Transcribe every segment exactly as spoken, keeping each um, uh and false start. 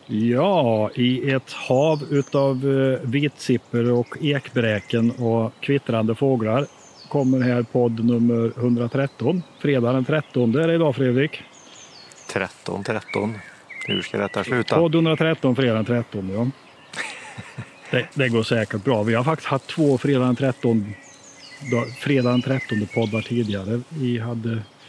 Ja, i ett hav utav vitsipper och ekbräken och kvittrande fåglar kommer här podd nummer etthundratretton. Fredag den trettonde är det idag, Fredrik. tretton tretton. Hur ska detta sluta? Podd etthundratretton, fredag den trettonde, ja. Det, det går säkert bra. Vi har faktiskt haft två fredag den trettonde, fredag den trettonde poddar tidigare. Vi hade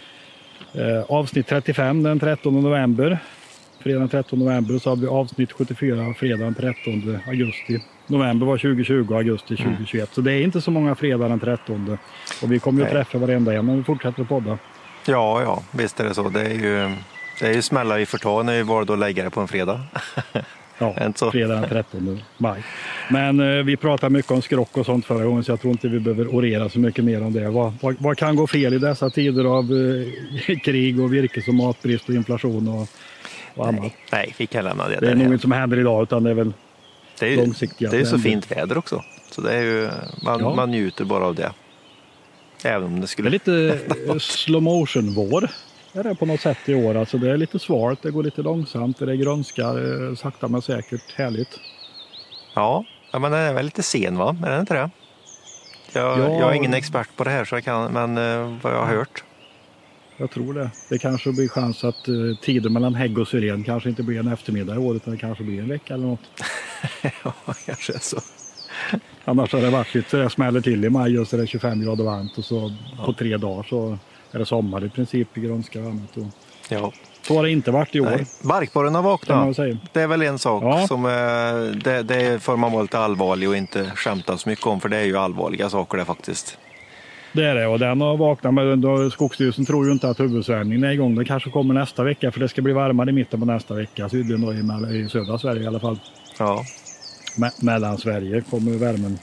eh, avsnitt trettiofem den trettonde november. Fredag den trettonde november, så har vi avsnitt sjuttiofyra fredag den trettonde augusti. November var tjugotjugo, augusti tjugohundratjugoett. Mm. Så det är inte så många fredag den trettonde. Och vi kommer ju att träffa varenda en när vi fortsätter att podda. Ja, ja, visst är det så. Det är ju, det är ju smällar vi får ta när vi var då lägger det på en fredag. Ja, fredag den trettonde maj. Men eh, vi pratar mycket om skrock och sånt förra gången, så jag tror inte vi behöver orera så mycket mer om det. Vad, vad, vad kan gå fel i dessa tider av eh, krig och virkes- och matbrist och inflation och, och annat? Nej, nej, vi kan lämna det. Det är nog inte som händer idag, utan det är väl det är ju, långsiktiga. Det är ju så fint väder också. Så det är ju, man, ja. man njuter bara av det. Även om det skulle... Det är lite slow motion vår. Det är det på något sätt i år. Alltså det är lite svalt, det går lite långsamt, det grönskar sakta men säkert. Härligt. Ja, men den är väl lite sen, va? Är det inte det? Jag, ja, jag är ingen expert på det här, så jag kan, men uh, vad jag har hört. Jag tror det. Det kanske blir chans att uh, tiden mellan hägg och syren kanske inte blir en eftermiddag i år, utan det kanske blir en vecka eller något. Ja, kanske är så. Annars har det varit lite så det smäller till i maj och så är det tjugofem grader varmt och så ja. På tre dagar så är det sommar i princip i grönska och annat. Och... Ja. Så har det inte varit i år. Barkborren har vaknat. Det är väl en sak ja. som är, det, det får man vara lite allvarlig och inte skämta så mycket om, för det är ju allvarliga saker det faktiskt. Det är det, och den har vaknat, men då, Skogsstyrelsen tror ju inte att huvudsvärmningen är igång. Det kanske kommer nästa vecka, för det ska bli varmare i mitten på nästa vecka. Tydligen då i, i södra Sverige i alla fall. Ja. Me- mellan Sverige kommer värmen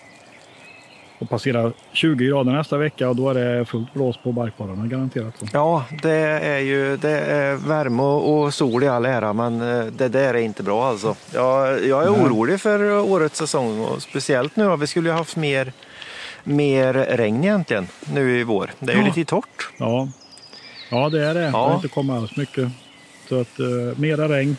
att passera tjugo grader nästa vecka, och då är det fullt blås på barkborrarna garanterat. Så. Ja, det är ju det är värme och sol i all ära, men det där är inte bra alltså. Jag, jag är Nej. orolig för årets säsong, och speciellt nu. Vi skulle ju haft mer, mer regn egentligen nu i vår. Det är ju ja. lite torrt. Ja. ja, det är det. Ja. Det har inte kommit alls mycket. Så att uh, mera regn.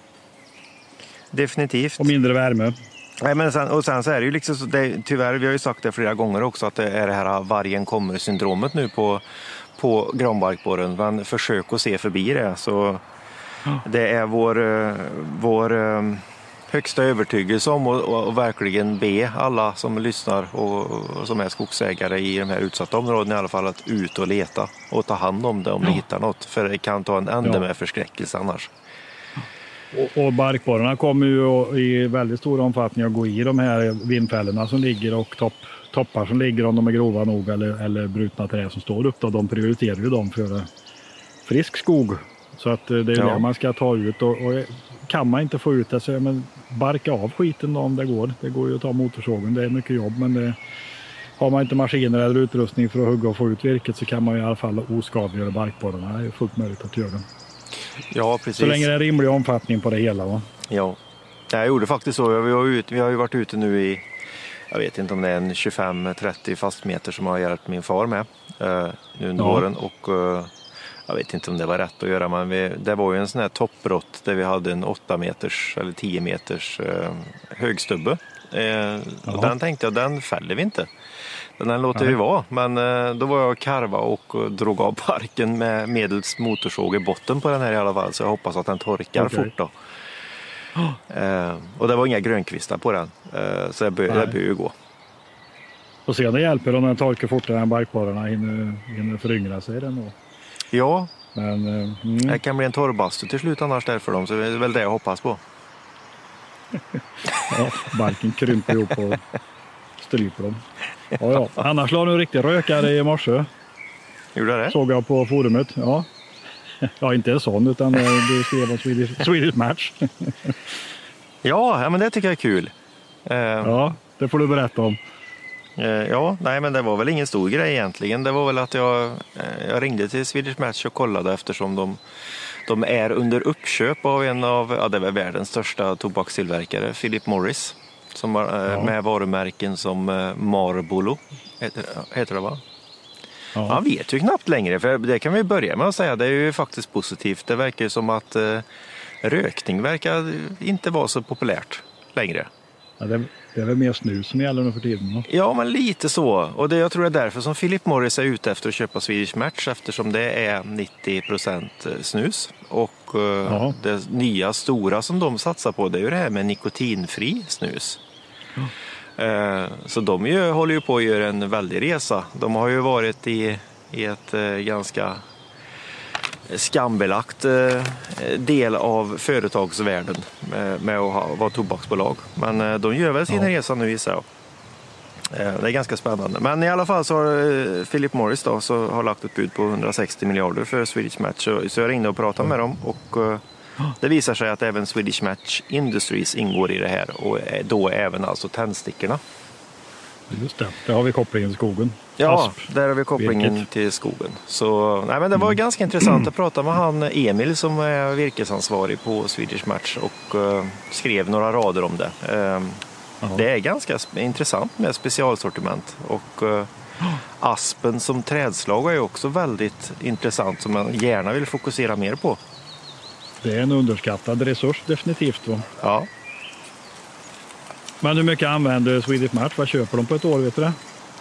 Definitivt. Och mindre värme. Nej, men sen, och sen så är det ju liksom så, det, tyvärr, vi har ju sagt det flera gånger också, att det är det här vargen kommer syndromet nu på, på granbarkborren. Men försök att se förbi det. Så ja. det är vår, vår högsta övertygelse om och, och, och verkligen be alla som lyssnar och, och som är skogsägare i de här utsatta områdena i alla fall, att ut och leta och ta hand om det om ja. ni hittar något. För det kan ta en ände ja. med förskräckelse annars. Och, och barkborrarna kommer ju i väldigt stor omfattning att gå i de här vindfällorna som ligger och topp, toppar som ligger, om de är grova nog, eller, eller brutna träd som står upp. Då. De prioriterar ju dem för frisk skog. Så att det är ja. det man ska ta ut. Och, och kan man inte få ut det, så är man barka av skiten då, om det går. Det går ju att ta motorsågen, det är mycket jobb, men det, har man inte maskiner eller utrustning för att hugga och få ut virket, så kan man i alla fall oskadliggöra barkborrarna. Det är fullt möjligt att göra det. Ja, precis. Så länge det är rimlig omfattning på det hela, va? Ja, jag gjorde faktiskt så. Vi har, ut, vi har ju varit ute nu i, jag vet inte om det är en tjugofem trettio fastmeter som har hjälpt min far med uh, nu under ja. våren. Och uh, jag vet inte om det var rätt att göra, men vi, det var ju en sån här toppbrott där vi hade en åtta meters eller tio meters uh, högstubbe. Uh, ja. Och den tänkte jag, den fäller vi inte. Den här låter vi vara, men eh, då var jag karva och uh, drog av barken med medels motorsåg i botten på den här i alla fall, så jag hoppas att den torkar okay. fort då. Oh. Eh, och det var inga grönkvistar på den, eh, så det bör ju gå. Och sen det hjälper om den torkar fortare än barkborrarna hinner, hinner föryngra sig den då. Ja, men, eh, mm. det kan bli en torrbastu till slut annars där för dem, så det är väl det jag hoppas på. Ja, barken krymper ihop och stryper dem. Ja, ja. Annars la nu riktigt rökare i morse. Gjorde det? Såg jag på forumet. Ja, ja inte en sån, utan du skrev om Swedish, Swedish Match. Ja, men det tycker jag är kul. Ja, det får du berätta om. Ja, nej, men det var väl ingen stor grej egentligen. Det var väl att jag, jag ringde till Swedish Match och kollade, eftersom de, de är under uppköp av en av, ja, det är världens största tobakstillverkare, Philip Morris. Som har, ja. med varumärken som Marlboro heter, heter det, va? Ja. Han vet ju knappt längre, för det kan vi börja med att säga. Det är ju faktiskt positivt. Det verkar ju som att eh, rökning verkar inte vara så populärt längre. Ja, det, det är väl mer snus som gäller nu för tiden. Va? Ja, men lite så. Och det, jag tror det är därför som Philip Morris är ute efter att köpa Swedish Match, eftersom det är nittio procent snus. Och uh, det nya stora som de satsar på, det är ju det här med nikotinfri snus. Ja. Uh, så de ju, håller ju på att göra en väldig resa. De har ju varit i, i ett uh, ganska skambelagt uh, del av företagsvärlden med, med att ha, vara tobaksbolag. Men uh, de gör väl sin ja. resa nu i sig. Det är ganska spännande. Men i alla fall så har Philip Morris då, så har lagt ett bud på hundrasextio miljarder för Swedish Match. Så, så jag ringde och pratade med dem och uh, det visar sig att även Swedish Match Industries ingår i det här och då även alltså tändstickorna. Just det, där har vi kopplingen till skogen. Ja, Asp. Där har vi kopplingen Virket. till skogen. Så, nej, men det var mm. ganska intressant att prata med han Emil som är virkesansvarig på Swedish Match och uh, skrev några rader om det. Uh, Det är ganska intressant med specialsortiment och uh, aspen som trädslag är också väldigt intressant som man gärna vill fokusera mer på. Det är en underskattad resurs definitivt då. Ja. Men hur mycket använder Swedish Match? Vad köper de på ett år, vet du det?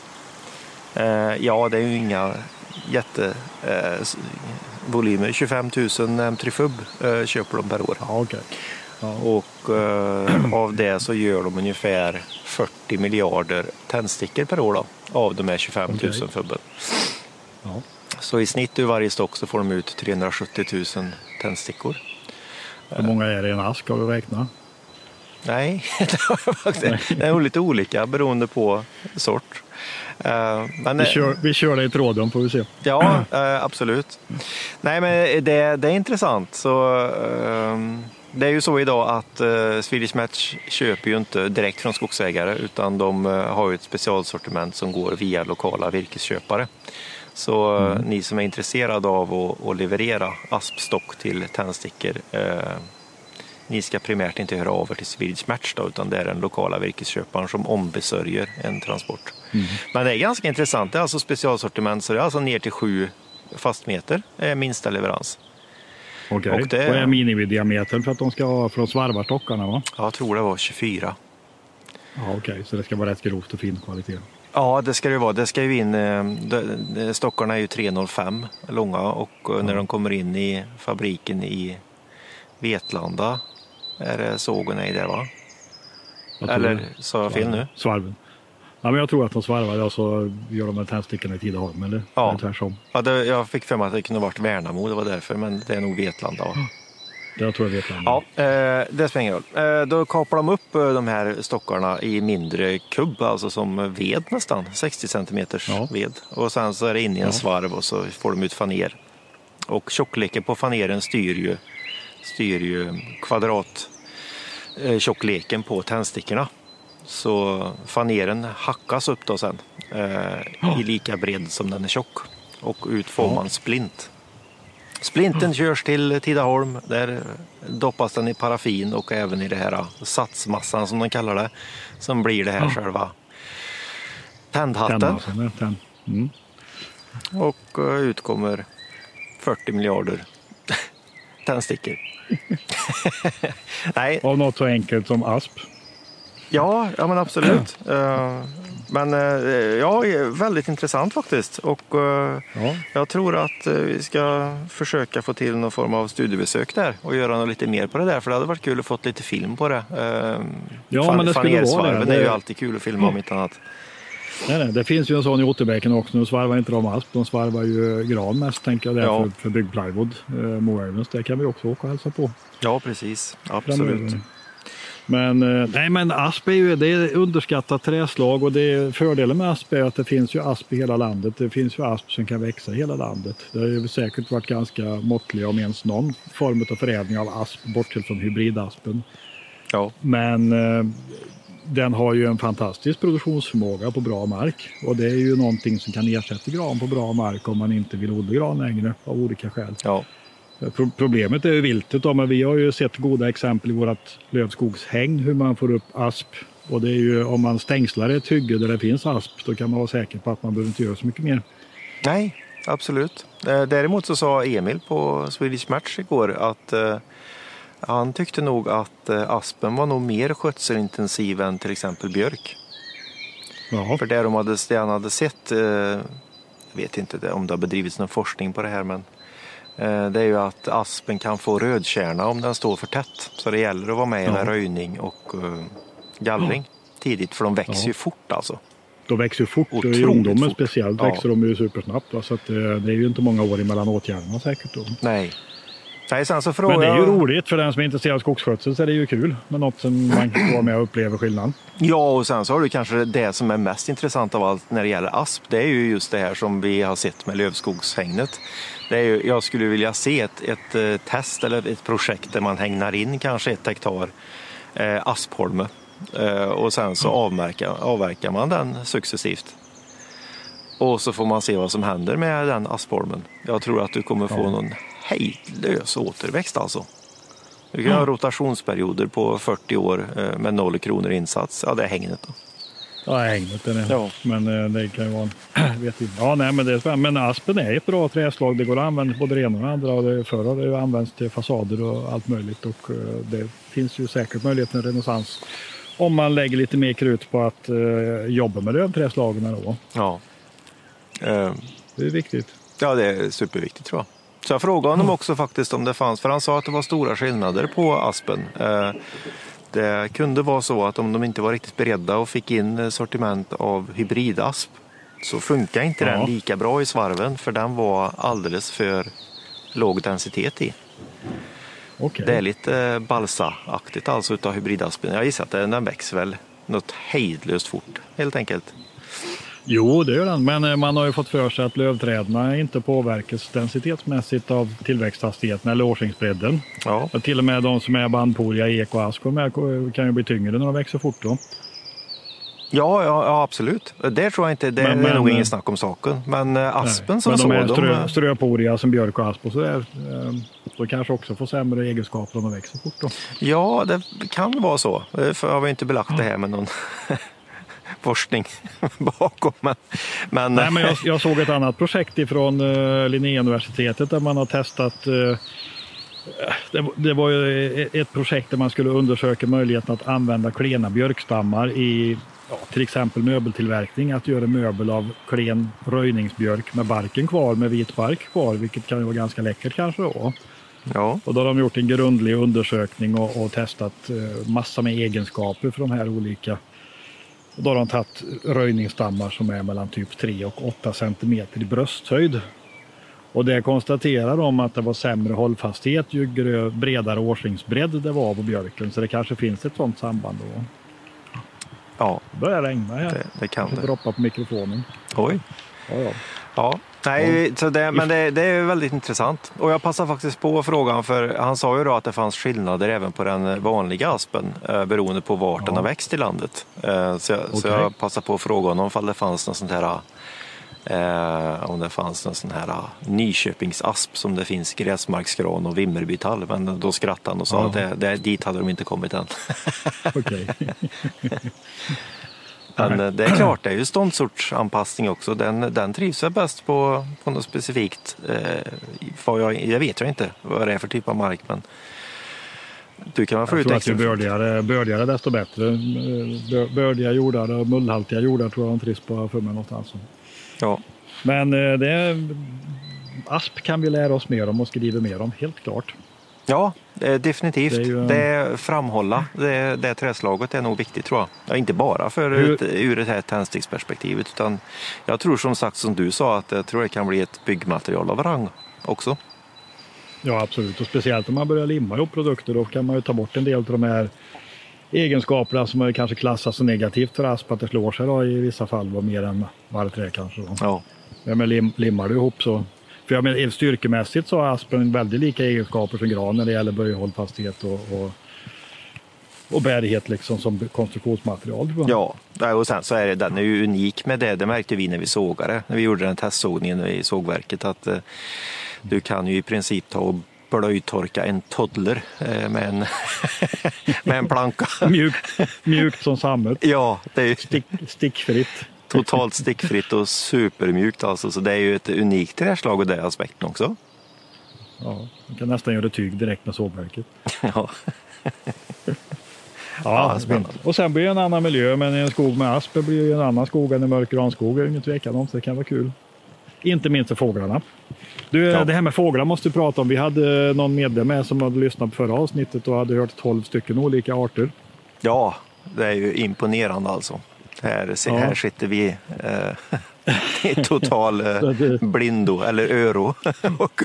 Uh, ja, det är ju inga jättevolymer. Uh, tjugofem tusen M tre F U B uh, köper de per år. Ja, okay. Ja. Och uh, av det så gör de ungefär fyrtio miljarder tändstickor per år då, av de här tjugofem tusen okay. F U B. Ja. Så i snitt ur varje stock så får de ut trehundrasjuttio tusen tändstickor. Hur många är det i en ask, har du räknat? Nej, det är lite olika beroende på sort. Uh, men, vi, kör, vi kör det i tråden får vi se. Ja, uh, absolut. Nej, men det, det är intressant. Så, uh, det är ju så idag att uh, Swedish Match köper ju inte direkt från skogsägare utan de uh, har ju ett specialsortiment som går via lokala virkesköpare. Så uh, mm. ni som är intresserade av att, att leverera aspstock till tändstickor, uh, ni ska primärt inte höra av er till Swedish Match då, utan det är den lokala virkesköparen som ombesörjer en transport. Mm. Men det är ganska intressant. Det är alltså specialsortiment, så det är alltså ner till sju fastmeter är minsta leverans. Okej, okay. Och det vad är minimidiametern för att de ska ha från svarvarstockarna, va? Ja, jag tror det var tjugofyra. Ja, okej, okay. Så det ska vara rätt grovt och fin kvalitet. Ja, det ska det vara. Det ska ju in, stockarna är ju tre komma noll fem långa och ja. när de kommer in i fabriken i Vetlanda är det sågen är där, va? Eller sa jag fel nu? Svarven. Ja, men jag tror att de svarvar och så gör de en tändstickorna i Tidaholm, eller? Ja, eller tvärsom. Ja, det, jag fick för mig att det kunde ha varit Värnamo, det var därför, men det är nog Vetlanda, va? Det jag tror jag Vetlanda. Ja, eh, det spelar ingen roll. Eh, då kapar de upp eh, de här stockarna i mindre kubb, alltså som ved nästan, sextio centimeters ja. ved. Och sen så är det in i en ja. svarv och så får de ut faner. Och tjockleken på faneren styr ju styr ju kvadrat eh, tjockleken på tändstickorna. Så faneren hackas upp då sen eh, oh. i lika bredd som den är tjock och ut får oh. man splint. Splinten oh. körs till Tidaholm, där doppas den i paraffin och även i det här satsmassan som de kallar det, som blir det här oh. själva tändhatten. Tänd. Mm. Och uh, ut kommer fyrtio miljarder tändstickor. Nej. Av något så enkelt som asp. Ja, ja men absolut. Uh, men uh, ja, väldigt intressant faktiskt. Och uh, ja. jag tror att uh, vi ska försöka få till någon form av studiebesök där och göra något lite mer på det där. För det hade varit kul att få lite film på det. Uh, ja, fan, men det skulle vara det. Det är ju alltid kul att filma om inte annat. Nej, nej, det finns ju en sån i Otterbäcken också. Nu svarvar inte de asp, de svarvar ju gran mest, tänker jag, där ja. för, för byggplywood. Eh, Moärvens, det kan vi också åka och hälsa på. Ja, precis. Absolut. Men, eh, nej, men asp är ju det är underskattat träslag och det är, fördelen med asp är att det finns ju asp i hela landet. Det finns ju asp som kan växa i hela landet. Det har ju säkert varit ganska måttliga om ens någon form av förädling av asp, bortsett från hybridaspen. Ja. Men eh, den har ju en fantastisk produktionsförmåga på bra mark och det är ju någonting som kan ersätta gran på bra mark om man inte vill odla gran längre av olika skäl. Ja. Pro- problemet är ju viltet då, men vi har ju sett goda exempel i vårt lövskogshägn hur man får upp asp, och det är ju om man stängslar ett hygge där det finns asp, då kan man vara säker på att man behöver inte göra så mycket mer. Nej, absolut. Däremot så sa Emil på Swedish Match igår att Han tyckte nog att eh, aspen var nog mer skötselintensiv än till exempel björk. Jaha. För det de hade, det han hade sett, eh, jag vet inte det, om det har bedrivits någon forskning på det här, men eh, det är ju att aspen kan få rödkärna om den står för tätt. Så det gäller att vara med med Ja. röjning och eh, gallring tidigt, för de växer Ja. ju fort alltså. De växer ju fort, och i Otroligt ungdomen fort. speciellt Ja. växer de ju supersnabbt. Va? Så att, eh, det är ju inte många år emellan åtgärderna säkert. Då. Nej. Nej, sen så frågar Men det är ju jag... roligt för den som är intresserad av skogsskötsel, så är det ju kul. Men något som man kan vara med och uppleva skillnad. Ja, och sen så har du kanske det som är mest intressant av allt när det gäller asp. Det är ju just det här som vi har sett med lövskogshägnet. Det är ju, jag skulle vilja se ett, ett, ett test eller ett projekt där man hängnar in kanske ett hektar eh, aspholme. Eh, och sen så avverkar, avverkar man den successivt. Och så får man se vad som händer med den aspholmen. Jag tror att du kommer få Ja. någon hejdlös återväxt alltså. Du kan ha rotationsperioder på fyrtio år eh, med noll kronor insats. Ja, det är hängnet då. Ja, hängnet är det. Ja. Men eh, det kan ju vara en... vet inte. Ja, nej, men det är spännande. Men aspen är ett bra träslag. Det går att använda både det ena och det andra. Och det, förr har det använts till fasader och allt möjligt. Och eh, det finns ju säkert möjlighet till en renässans om man lägger lite mer krut på att eh, jobba med lövträslagen då. Ja. Eh, Det är viktigt. ja, det är superviktigt tror jag. Så jag frågade honom också faktiskt om det fanns, för han sa att det var stora skillnader på aspen. Eh, det kunde vara så att om de inte var riktigt beredda och fick in sortiment av hybridasp, så funkar inte Ja. den lika bra i svarven, för den var alldeles för låg densitet i. Okej. Det är lite balsaaktigt alltså utav hybridaspen. Jag gissar att den, den växer väl något hejdlöst fort helt enkelt. Jo, det gör den. Men eh, man har ju fått för sig att lövträden inte påverkas densitetsmässigt av tillväxthastigheten eller årsringsbredden. Ja, Och till och med de som är bandporiga, ek och ask, de här kan ju bli tyngre när de växer fort då. ja, ja, ja absolut. Det tror jag inte, det Men- är nog men- ingen snack om saken. Men eh, aspen som Men så, de är de, strö, ströporiga som björk och asp och sådär. Eh, de kanske också får sämre egenskaper om de växer fort då. ja, det kan vara så. Eh, För jag har inte belagt det här med någon forskning bakom. Men, men, Nej, men jag, jag såg ett annat projekt ifrån uh, Linnéuniversitetet där man har testat. Uh, det, det var ju ett projekt där man skulle undersöka möjligheten att använda klena björkstammar i ja, till exempel möbeltillverkning. Att göra möbel av klen röjningsbjörk med barken kvar, med vit bark kvar, vilket kan ju vara ganska läckert kanske då. ja, Och då har de gjort en grundlig undersökning och, och testat uh, massa med egenskaper för de här olika. Och då har de tagit röjningsstammar som är mellan typ tre och åtta centimeter i brösthöjd. Och det konstaterar de att det var sämre hållfasthet ju grö, bredare årsringsbredd det var på björken. Så det kanske finns ett sådant samband då. ja Det börjar regna här. det, det kan Jag det. droppar på mikrofonen. Oj. Ja, ja. Ja, nej, så det, men det, det är väldigt intressant. Och jag passar faktiskt på frågan, för han sa ju då att det fanns skillnader även på den vanliga aspen eh, beroende på vart Ja. den har växt i landet. Eh, så, jag, så Okej. jag passar på att fråga honom om det fanns någon sån här eh, om det fanns någon sån här uh, Nyköpingsasp som det finns gräsmarksgran och Vimmerbytall. Men då skrattade han och sa Ja. att det, det, dit hade de inte kommit än. Okej. Men eh, det är klart, det är ju ståndsortsanpassning också. Den, den trivs jag bäst på, på något specifikt. Eh, vad jag, jag vet jag inte vad det är för typ av mark, men du kan väl få Jag ut tror att ju extra. bördigare, bördigare desto bättre. Bör- Bördiga jordar och mullhaltiga jordar tror jag de trivs på för mig någonstans. Ja, Men eh, det är, asp kan vi lära oss mer om och skriva mer om, helt klart. ja eh, definitivt. Det är ju en- Det framhålla det, det träslaget är nog viktigt tror jag. Ja, inte bara för Hur- ett, ur ett här tändsticksperspektivet, utan jag tror som sagt som du sa att jag tror det kan bli ett byggmaterial av rang också. Ja, absolut. Och speciellt om man börjar limma ihop produkter, då kan man ju ta bort en del av de här egenskaperna som är kanske klassas så negativt för asp, att det slår sig då, i vissa fall var mer än varvträ kanske. Då. Ja, Ja, men lim, limmar du ihop så... För jag menar, styrkemässigt så har aspen väldigt lika egenskaper som gran när det gäller böjhållfasthet och, och, och bärighet liksom som konstruktionsmaterial. ja. Och sen så är det, den är ju unik med det. Det märkte vi när vi sågade, när vi gjorde den testsågningen i sågverket, att eh, du kan ju i princip ta och blöjtorka en toddler eh, med, en med en planka. Mjukt, mjukt som sammet. Ja, det är ju Stick, stickfritt. totalt stickfritt och supermjukt alltså, så det är ju ett unikt träslag och det aspekten också. Ja, man kan nästan göra tyg direkt med sågverket. Ja. Ja, ja, och sen blir det en annan miljö, men en skog med asp blir ju en annan skog än en mörk granskog. Det är inget tvekan om, så det kan vara kul. Inte minst för fåglarna. Du, ja. Det här med fåglar måste vi prata om. Vi hade någon medlem med som hade lyssnat på förra avsnittet och hade hört tolv stycken olika arter. Ja, det är ju imponerande alltså. Här, ja. här sitter vi eh, i total eh, blindo eller öro. och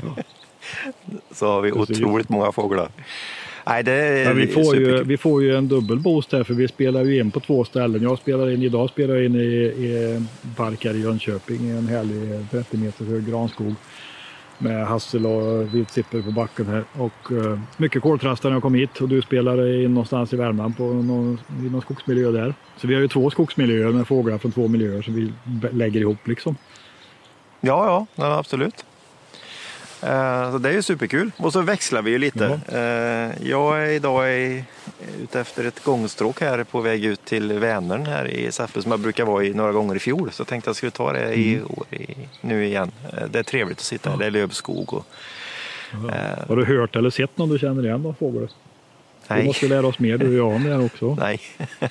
så har vi Precis. otroligt många fåglar. Nej, det är ja, vi, får ju, vi får ju en dubbel boost här, för vi spelar ju in på två ställen. Jag spelar in, idag spelar jag in i, i park här i Jönköping, i en härlig trettio meter hög granskog med hassel och vitsipper på backen här. Och uh, mycket koltrastar när jag kom hit, och du spelar in någonstans i Värmland på någon, i någon skogsmiljö där. Så vi har ju två skogsmiljöer med fåglar från två miljöer som vi lägger ihop liksom. Ja, ja, ja absolut. Uh, så det är ju superkul. Och så växlar vi ju lite. Ja. Uh, jag är idag är ute efter ett gångstråk här på väg ut till Vänern här i Säffle, som jag brukar vara i några gånger i fjol. Så jag tänkte jag skulle ta det i mm. år i, nu igen. Uh, det är trevligt att sitta här. Det är lövskog. Och, uh, har du hört eller sett någon du känner igen då, fåglar? Nej. Vi måste lära oss mer, du och jag, om det här också. Nej.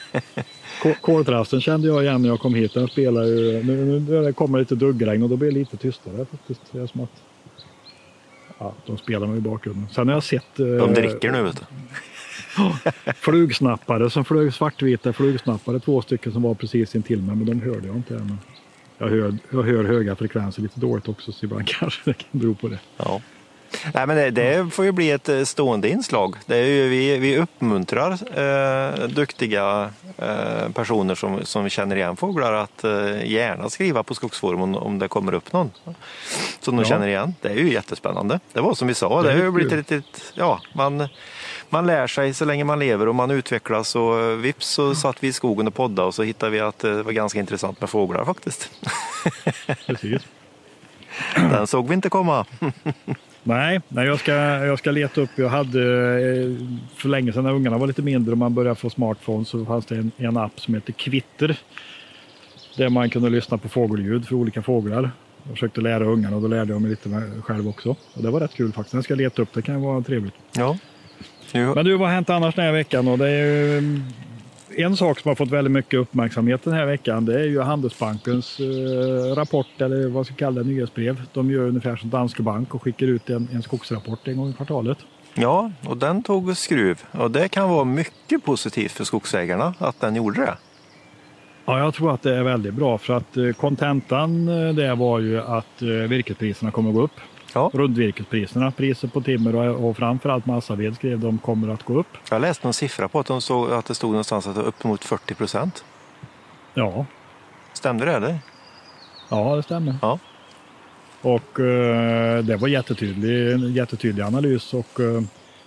Koltrasten kände jag igen när jag kom hit. Den spelar ju, nu, nu kommer det lite duggregn och då blir det lite tystare faktiskt. Det är som att ja, de spelar nog i bakgrunden. Sen har jag sett... De dricker nu, vet du. Flugsnappare som flög, svartvita flugsnappare, två stycken som var precis intill mig, men de hörde jag inte än. Jag hör, jag hör höga frekvenser lite dåligt också, så ibland kanske det kan bero på det. Ja. Nej, men det, det får ju bli ett stående inslag. Det är ju, vi, vi uppmuntrar eh, duktiga eh, personer som, som känner igen fåglar att eh, gärna skriva på Skogsforum om, om det kommer upp någon som de ja. känner igen. Det är ju jättespännande. Det var som vi sa, det, det har ju blivit lite, ja, man, man lär sig så länge man lever och man utvecklas, och vips så satt vi i skogen och poddade och så hittade vi att det var ganska intressant med fåglar faktiskt. Precis. Den såg vi inte komma. Nej, nej jag, ska, jag ska leta upp. Jag hade för länge sedan när ungarna var lite mindre och man började få smartphone, så fanns det en, en app som heter Kvitter. Där man kunde lyssna på fågelljud för olika fåglar. Jag försökte lära ungarna och då lärde jag mig lite med själv också. Och det var rätt kul faktiskt. Jag ska leta upp, det kan vara trevligt. Ja. Jo. Men du, vad har hänt annars den här veckan? Och det är ju en sak som har fått väldigt mycket uppmärksamhet den här veckan. Det är ju Handelsbankens eh, rapport, eller vad ska jag kalla det, nyhetsbrev. De gör ungefär som Danske Bank och skickar ut en, en skogsrapport en gång i kvartalet. Ja, och den tog skruv. Och det kan vara mycket positivt för skogsägarna att den gjorde det. Ja, jag tror att det är väldigt bra, för att kontentan det var ju att virkespriserna kommer att gå upp. Ja. Rundvirkespriserna, priser på timmer och, och framförallt massaved skrev de kommer att gå upp. Jag läste någon siffra på att, de såg, att det stod någonstans att det var upp mot fyrtio procent. Ja. Stämde det eller? Ja, det stämmer. Ja. Och eh, det var jättetydlig, en jättetydlig analys, och eh,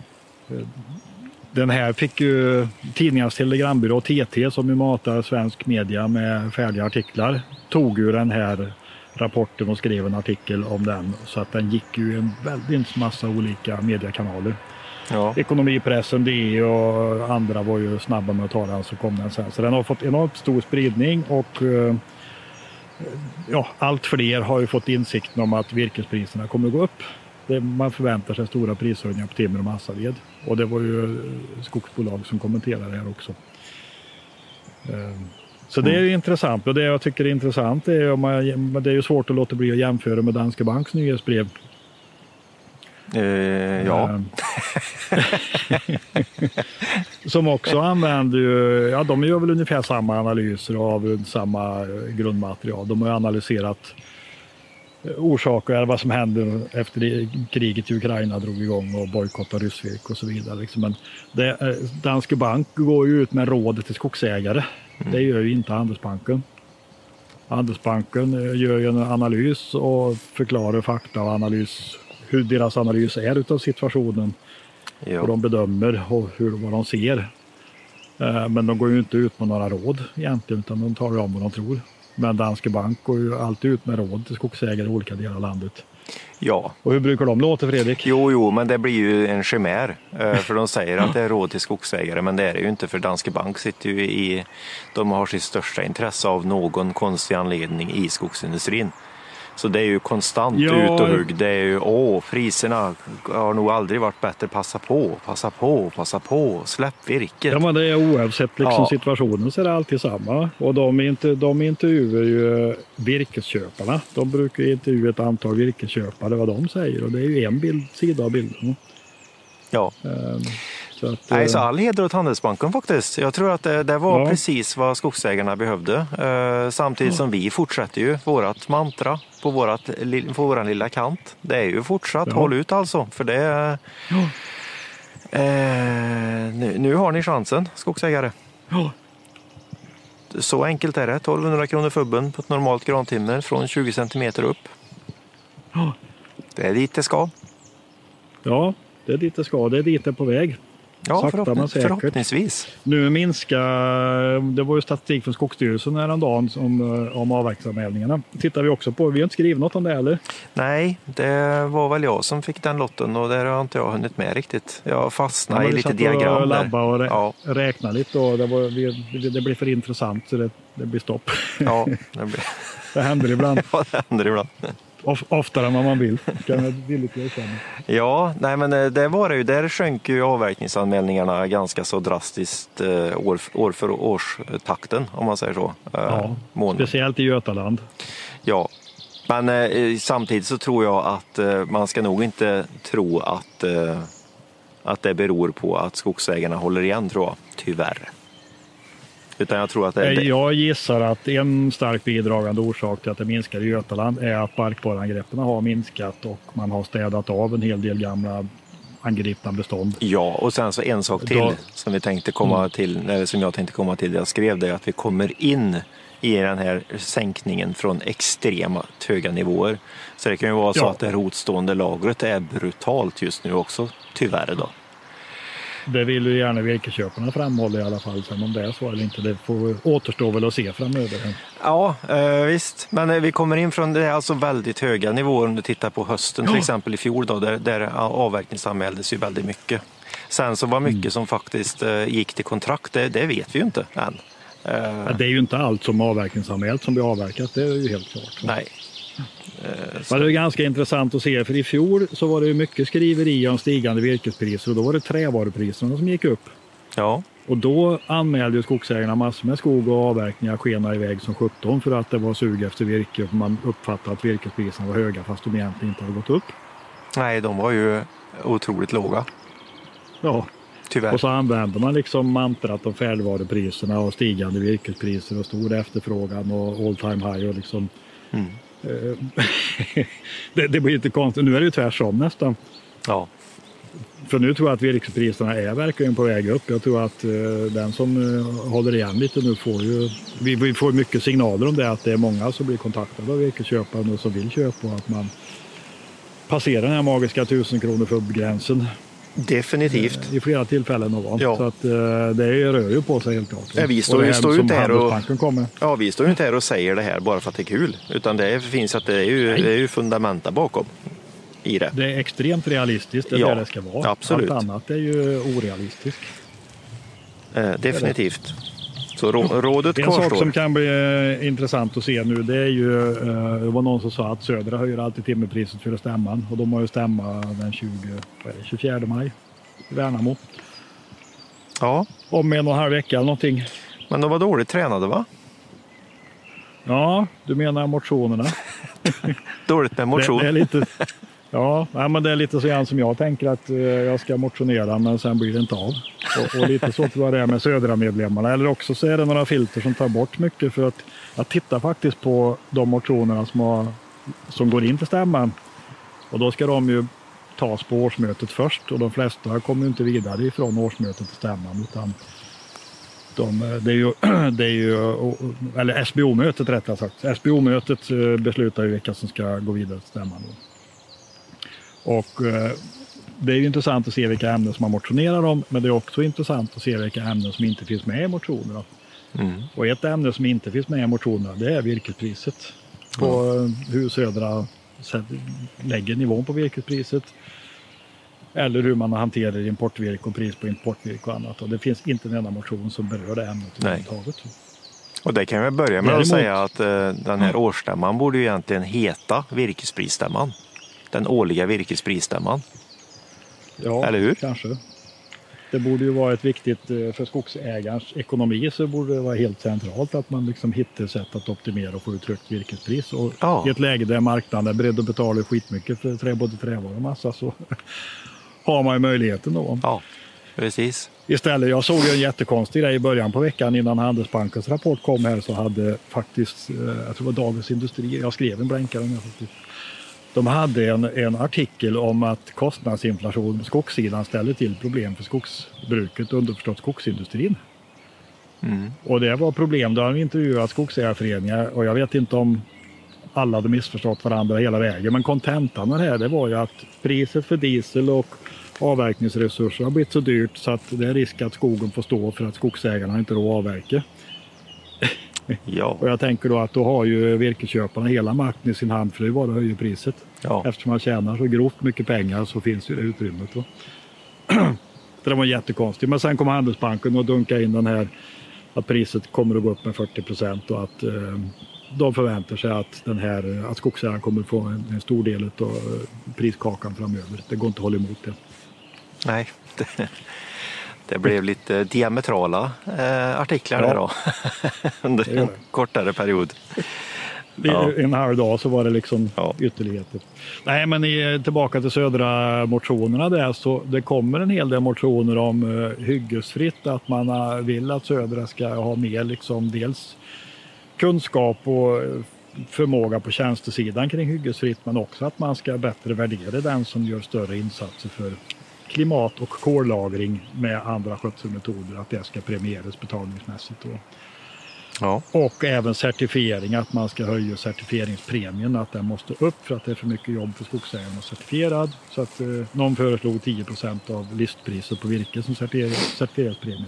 den här fick ju tidningarnas telegrambyrå T T, som ju matar svensk media med färdiga artiklar, tog ju den här rapporten och skrev en artikel om den, så att den gick ju en väldigt massa olika mediekanaler. Ja. Ekonomipressen, det och andra var ju snabba med att ta den, så kom den sen. Så den har fått enormt stor spridning, och ja, allt fler har ju fått insikten om att virkespriserna kommer att gå upp. Det, man förväntar sig stora prishöjningar på timmer och massaved. Och det var ju skogsbolag som kommenterade det här också. Så det är ju mm. intressant, och det jag tycker är intressant är om man, det är ju svårt att låta bli att jämföra med Danske Banks nyhetsbrev. Uh, ja. Som också använder ju, ja, de gör väl ungefär samma analyser av samma grundmaterial. De har ju analyserat orsaker, eller vad som hände efter kriget i Ukraina drog igång och bojkottade ryssvirke och så vidare. Men det, Danske Bank går ju ut med råd till skogsägare. Mm. Det gör ju inte Handelsbanken. Handelsbanken gör ju en analys och förklarar fakta och analys, hur deras analys är utav situationen. Jo. Och de bedömer och hur, vad de ser. Men de går ju inte ut med några råd egentligen, utan de tar ju om vad de tror. Men Danske Bank går ju alltid ut med råd till skogsägare i olika delar av landet. Ja. Och hur brukar de låta, Fredrik? Jo, jo, men det blir ju en chimär. För de säger att det är råd till skogsägare, men det är det ju inte, för Danske Bank sitter ju i, de har sitt största intresse av någon konstig anledning i skogsindustrin. Så det är ju konstant Ja. ut och hugg. Det är ju, åh, priserna har nog aldrig varit bättre. Passa på, passa på, passa på. Släpp virket. Ja, men det är oavsett liksom Ja. situationen så är det alltid samma. Och de, inte, de intervjuar ju virkesköparna. De brukar ju intervjua ett antal virkesköpare vad de säger. Och det är ju en bild, sida av bilden. Ja. Ehm, så att, Nej, så eh, all heder åt Handelsbanken faktiskt. Jag tror att det, det var Ja. precis vad skogsägarna behövde. Eh, samtidigt som vi fortsätter ju vårat mantra på, vårat, li- på våran lilla kant. Det är ju fortsatt, Ja. håll ut alltså. För det Ja. eh, nu, nu har ni chansen, skogsägare. ja. Så enkelt är det. tolvhundra kronor fubben på ett normalt grantimmer från tjugo centimeter upp. Ja. Det är dit det ska. ja, det är dit det ska. Det är dit det är på väg. Ja, Sakta men förhoppning, säkert. förhoppningsvis. Nu minskar, det var ju statistik från Skogsstyrelsen häromdagen om, om avverkningsanmälningarna. Tittar vi också på, vi har inte skrivit något om det heller. Nej, det var väl jag som fick den lotten och där har inte jag hunnit med riktigt. Jag fastnade i lite diagram och där. labba och rä- Ja. räkna lite och det, var, vi, det blir för intressant så det, det blir stopp. Ja, det, blir... Det händer ibland. ja, det händer ibland. Of, oftare än vad man vill. Kan jag villigt erkänna. Ja, nej men det var det ju. Där sjönk ju avverkningsanmälningarna ganska så drastiskt eh, år, år för årstakten om man säger så. Ja, Mån- speciellt i Götaland. Ja, men eh, samtidigt så tror jag att eh, man ska nog inte tro att, eh, att det beror på att skogsägarna håller igen, tror jag, tyvärr. Utan jag tror att det är det. Jag gissar att en starkt bidragande orsak till att det minskar i Götaland är att barkborreangreppen har minskat och man har städat av en hel del gamla angripna bestånd. Ja, och sen så en sak till Då- som vi tänkte komma Mm. till, eller som jag tänkte komma till, jag skrev det, att vi kommer in i den här sänkningen från extremt höga nivåer. Så det kan ju vara så Ja. att det rotstående lagret är brutalt just nu också, tyvärr då. Det vill ju gärna virkesköparna framhålla i alla fall, sen om det är så eller inte. Det får återstå väl att se framöver. Ja, eh, visst. Men eh, vi kommer in från, det är alltså väldigt höga nivåer om du tittar på hösten till Ja. exempel i fjol då, där, där avverkningsanmäldes ju väldigt mycket. Sen så var mycket Mm. som faktiskt eh, gick till kontrakt, det, det vet vi ju inte än. Eh, Ja, det är ju inte allt som avverkningsanmält som blir avverkat, det är ju helt klart. nej. Men det är ganska intressant att se, för i fjol så var det ju mycket skriveri om stigande virkespriser och då var det trävarupriserna som gick upp. Ja, Och då anmälde ju skogsägarna massor med skog och avverkningar skena iväg som sjutton för att det var sug efter virke och man uppfattade att virkespriserna var höga fast de egentligen inte hade gått upp. nej, de var ju otroligt låga, Ja, tyvärr. och så använder man liksom mantrat om färdigvarupriserna och stigande virkespriser och stor efterfrågan och all time high och liksom Mm. eh, det, det blir inte konstigt. Nu är det ju tvärsom nästan. Ja, För nu tror jag att virkespriserna är verkligen på väg upp. Jag tror att eh, den som eh, håller igen lite nu får ju... Vi, vi får mycket signaler om det, att det är många som blir kontaktade av virkesköpare och som vill köpa och att man passerar den här magiska tusen kronor för gränsen definitivt. i flera tillfällen. Och Ja. Så att eh, det rör ju på sig helt klart. Ja, vi står Och det ju- här står ju som inte här och- Handelsbanken kommer. Ja, vi står ju inte här och säger det här bara för att det är kul, utan det är, finns att det är ju, det är ju fundamenta bakom i det. Det är extremt realistiskt, det är Ja, det det ska vara. absolut. Allt annat är ju orealistiskt. Eh, definitivt. Så rå, rådet En sak kvarstår. som kan bli eh, intressant att se nu, det är ju, eh, det var någon som sa att Södra höjer alltid timmerpriset för stämman och de har ju stämma den tjugo, vad är det, tjugofjärde maj i Värnamo. Ja, Om en och en halv vecka eller någonting. men de var dåligt tränade, va? Ja, du menar motionerna. Dåligt med motion. Det, det är lite, ja, nej, men det är lite så grann som jag tänker att eh, jag ska motionera men sen blir det inte av. Och, och lite så tror jag det är med Södra-medlemmarna. Eller också så är det några filter som tar bort mycket för att jag tittar faktiskt på de motionerna som, har, som går in till stämman. Och då ska de ju tas på årsmötet först och de flesta kommer ju inte vidare ifrån årsmötet till stämman utan de, det är ju, det är ju eller S B O-mötet rättare sagt. S B O-mötet eh, beslutar ju vilka som ska gå vidare till stämman. Och eh, det är ju intressant att se vilka ämnen som man motionerar om, men det är också intressant att se vilka ämnen som inte finns med i motionerna. Mm. Och ett ämne som inte finns med i motionerna, det är virkespriset. På eh, hur Södra lägger nivån på virkespriset. Eller hur man hanterar importvirke och pris på importvirke och annat. Och det finns inte en enda motion som berör det ämnet Nej. överhuvudtaget. Och det kan vi börja med Däremot... att säga att uh, den här årsstämman borde ju egentligen heta virkesprisstämman. Den årliga virkesprisstämman. Ja, eller hur? Kanske. Det borde ju vara ett viktigt, för skogsägarens ekonomi så borde det vara helt centralt att man liksom hittar sätt att optimera och få ut högt virkespris. Och ja. I ett läge där marknaden är beredd att betala skitmycket för trä, både trävaror och massa, så har man ju möjligheten då. Ja, precis. Istället, jag såg ju en jättekonstig grej i början på veckan innan Handelsbankens rapport kom här, så hade faktiskt, jag tror det var Dagens Industri, jag skrev en blänkare om jag faktiskt. De hade en, en artikel om att kostnadsinflation på skogssidan ställer till problem för skogsbruket, underförstått skogsindustrin. Mm. Och det var problem, då har vi intervjuat skogsägarföreningar och jag vet inte om alla hade missförstått varandra hela vägen. Men kontentan med det här, det var ju att priset för diesel och avverkningsresurser har blivit så dyrt så att det är risk att skogen får stå för att skogsägarna inte råd avverka. Ja. Och jag tänker då att då har ju virkesköparna hela makten i sin hand, för det är bara att höja priset. Ja. Eftersom man tjänar så grovt mycket pengar så finns ju det utrymmet då. Det var jättekonstigt. Men sen kom Handelsbanken och dunkade in den här att priset kommer att gå upp med fyrtio procent och att eh, de förväntar sig att, den här, att skogsägaren kommer få en, en stor del av priskakan framöver. Det går inte att hålla emot det. Nej, det, det blev lite diametrala eh, artiklar ja. Där då. Under en kortare period. Ja. En halv dag så var det liksom ja. Ytterligheter. Nej, men i, tillbaka till södra motionerna där, så det kommer en hel del motioner om uh, hyggesfritt, att man uh, vill att södra ska ha mer liksom dels kunskap och förmåga på tjänstesidan kring hyggesfritt, men också att man ska bättre värdera den som gör större insatser för klimat och kollagring med andra skötselmetoder, att det ska premieras betalningsmässigt då. Ja. Och även certifiering, att man ska höja certifieringspremien, att den måste upp för att det är för mycket jobb för skogsägarna att certifierad. Så att eh, någon föreslog tio procent av listpriset på virke som certifieringspremie.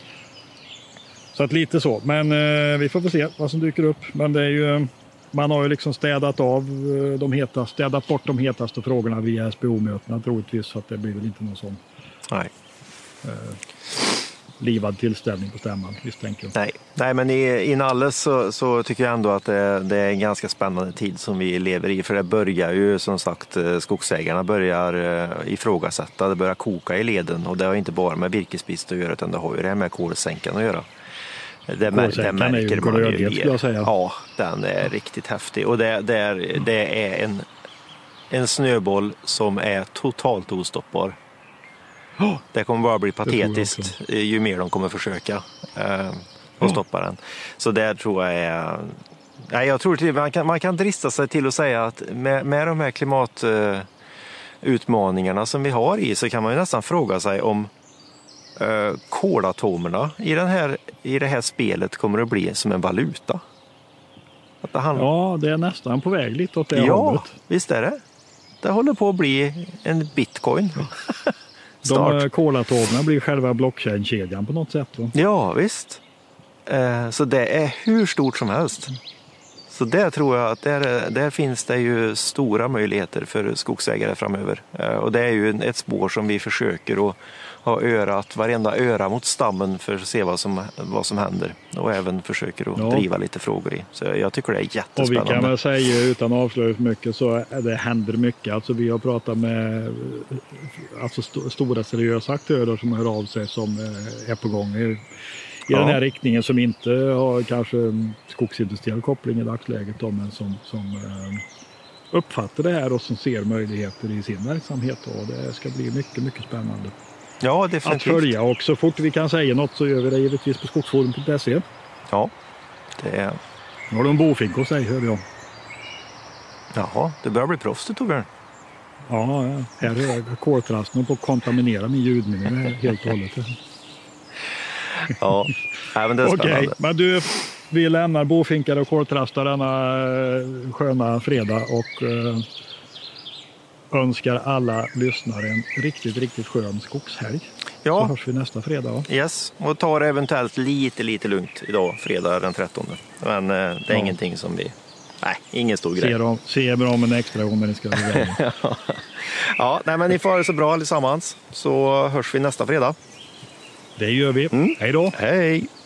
Så att lite så, men eh, vi får väl se vad som dyker upp. Men det är ju, man har ju liksom städat av de hetaste, städat bort de hetaste frågorna via S B O-mötena troligtvis, så att det blir väl inte någon sån Nej. Eh, livad tillställning på stämman, misstänker jag. Nej, Nej men i, i Nalles så, så tycker jag ändå att det, det är en ganska spännande tid som vi lever i. För det börjar ju som sagt, skogsägarna börjar ifrågasätta, det börjar koka i leden. Och det har inte bara med virkespist att göra, utan det har ju det med kolsänkan att göra. Det, mär, det märker ju man ju. Skulle jag säga. Ja, den är riktigt häftig. Och det, det, är, det är en, en snöboll som är totalt ostoppbar. Det kommer bara bli patetiskt ju mer de kommer försöka eh, att stoppa den. Så det tror jag är... Nej, jag tror att man kan, man kan drista sig till att säga att med, med de här klimatutmaningarna eh, som vi har i, så kan man ju nästan fråga sig om eh, kolatomerna i, den här, i det här spelet kommer att bli som en valuta. Att det handlar... Ja, det är nästan på väg lite åt det ja, hållet. Ja, visst är det. Det håller på att bli en bitcoin. De kolatomerna blir själva blockchain-kedjan på något sätt. Va? Ja, visst. Eh, så det är hur stort som helst. Så där tror jag att där, där finns det ju stora möjligheter för skogsägare framöver. Eh, och det är ju ett spår som vi försöker att ha örat, varenda öra mot stammen för att se vad som, vad som händer. Och även försöker att ja. driva lite frågor i. Så jag tycker det är jättespännande. Och vi kan väl säga, utan att avslöja för mycket, så det händer mycket. Alltså vi har pratat med alltså st- stora seriösa aktörer som hör av sig, som är på gång i, i ja. den här riktningen, som inte har kanske skogsindustriell koppling i dagsläget då, men som, som eh, uppfattar det här och som ser möjligheter i sin verksamhet. Och det ska bli mycket, mycket spännande. Ja, definitivt. Att följa, och så fort vi kan säga något så gör vi det givetvis på skogsforum punkt se. Ja, det är... Nu har du en bofink hos dig, hör jag. Jaha, det börjar bli proffs, Torbjörn. Ja, ja, här är jag koltrasten på att kontaminera min ljudminne helt och hållet. Ja, men det är spännande. Okej, men du, vi lämnar bofinkar och koltrastar denna sköna fredag och uh, önskar alla lyssnare en riktigt, riktigt skön skogshelg. Ja. Så hörs vi nästa fredag. Va? Yes, och tar eventuellt lite, lite lugnt idag, fredag den trettonde. Men uh, det är ja. ingenting som vi... Nej, ingen stor grej. Ser om, ser om en extra gång, men ni ska välja. Ja, nej, men ni får ha det så bra allesammans. Så hörs vi nästa fredag. Det gör vi. Mm. Hej då. Hej.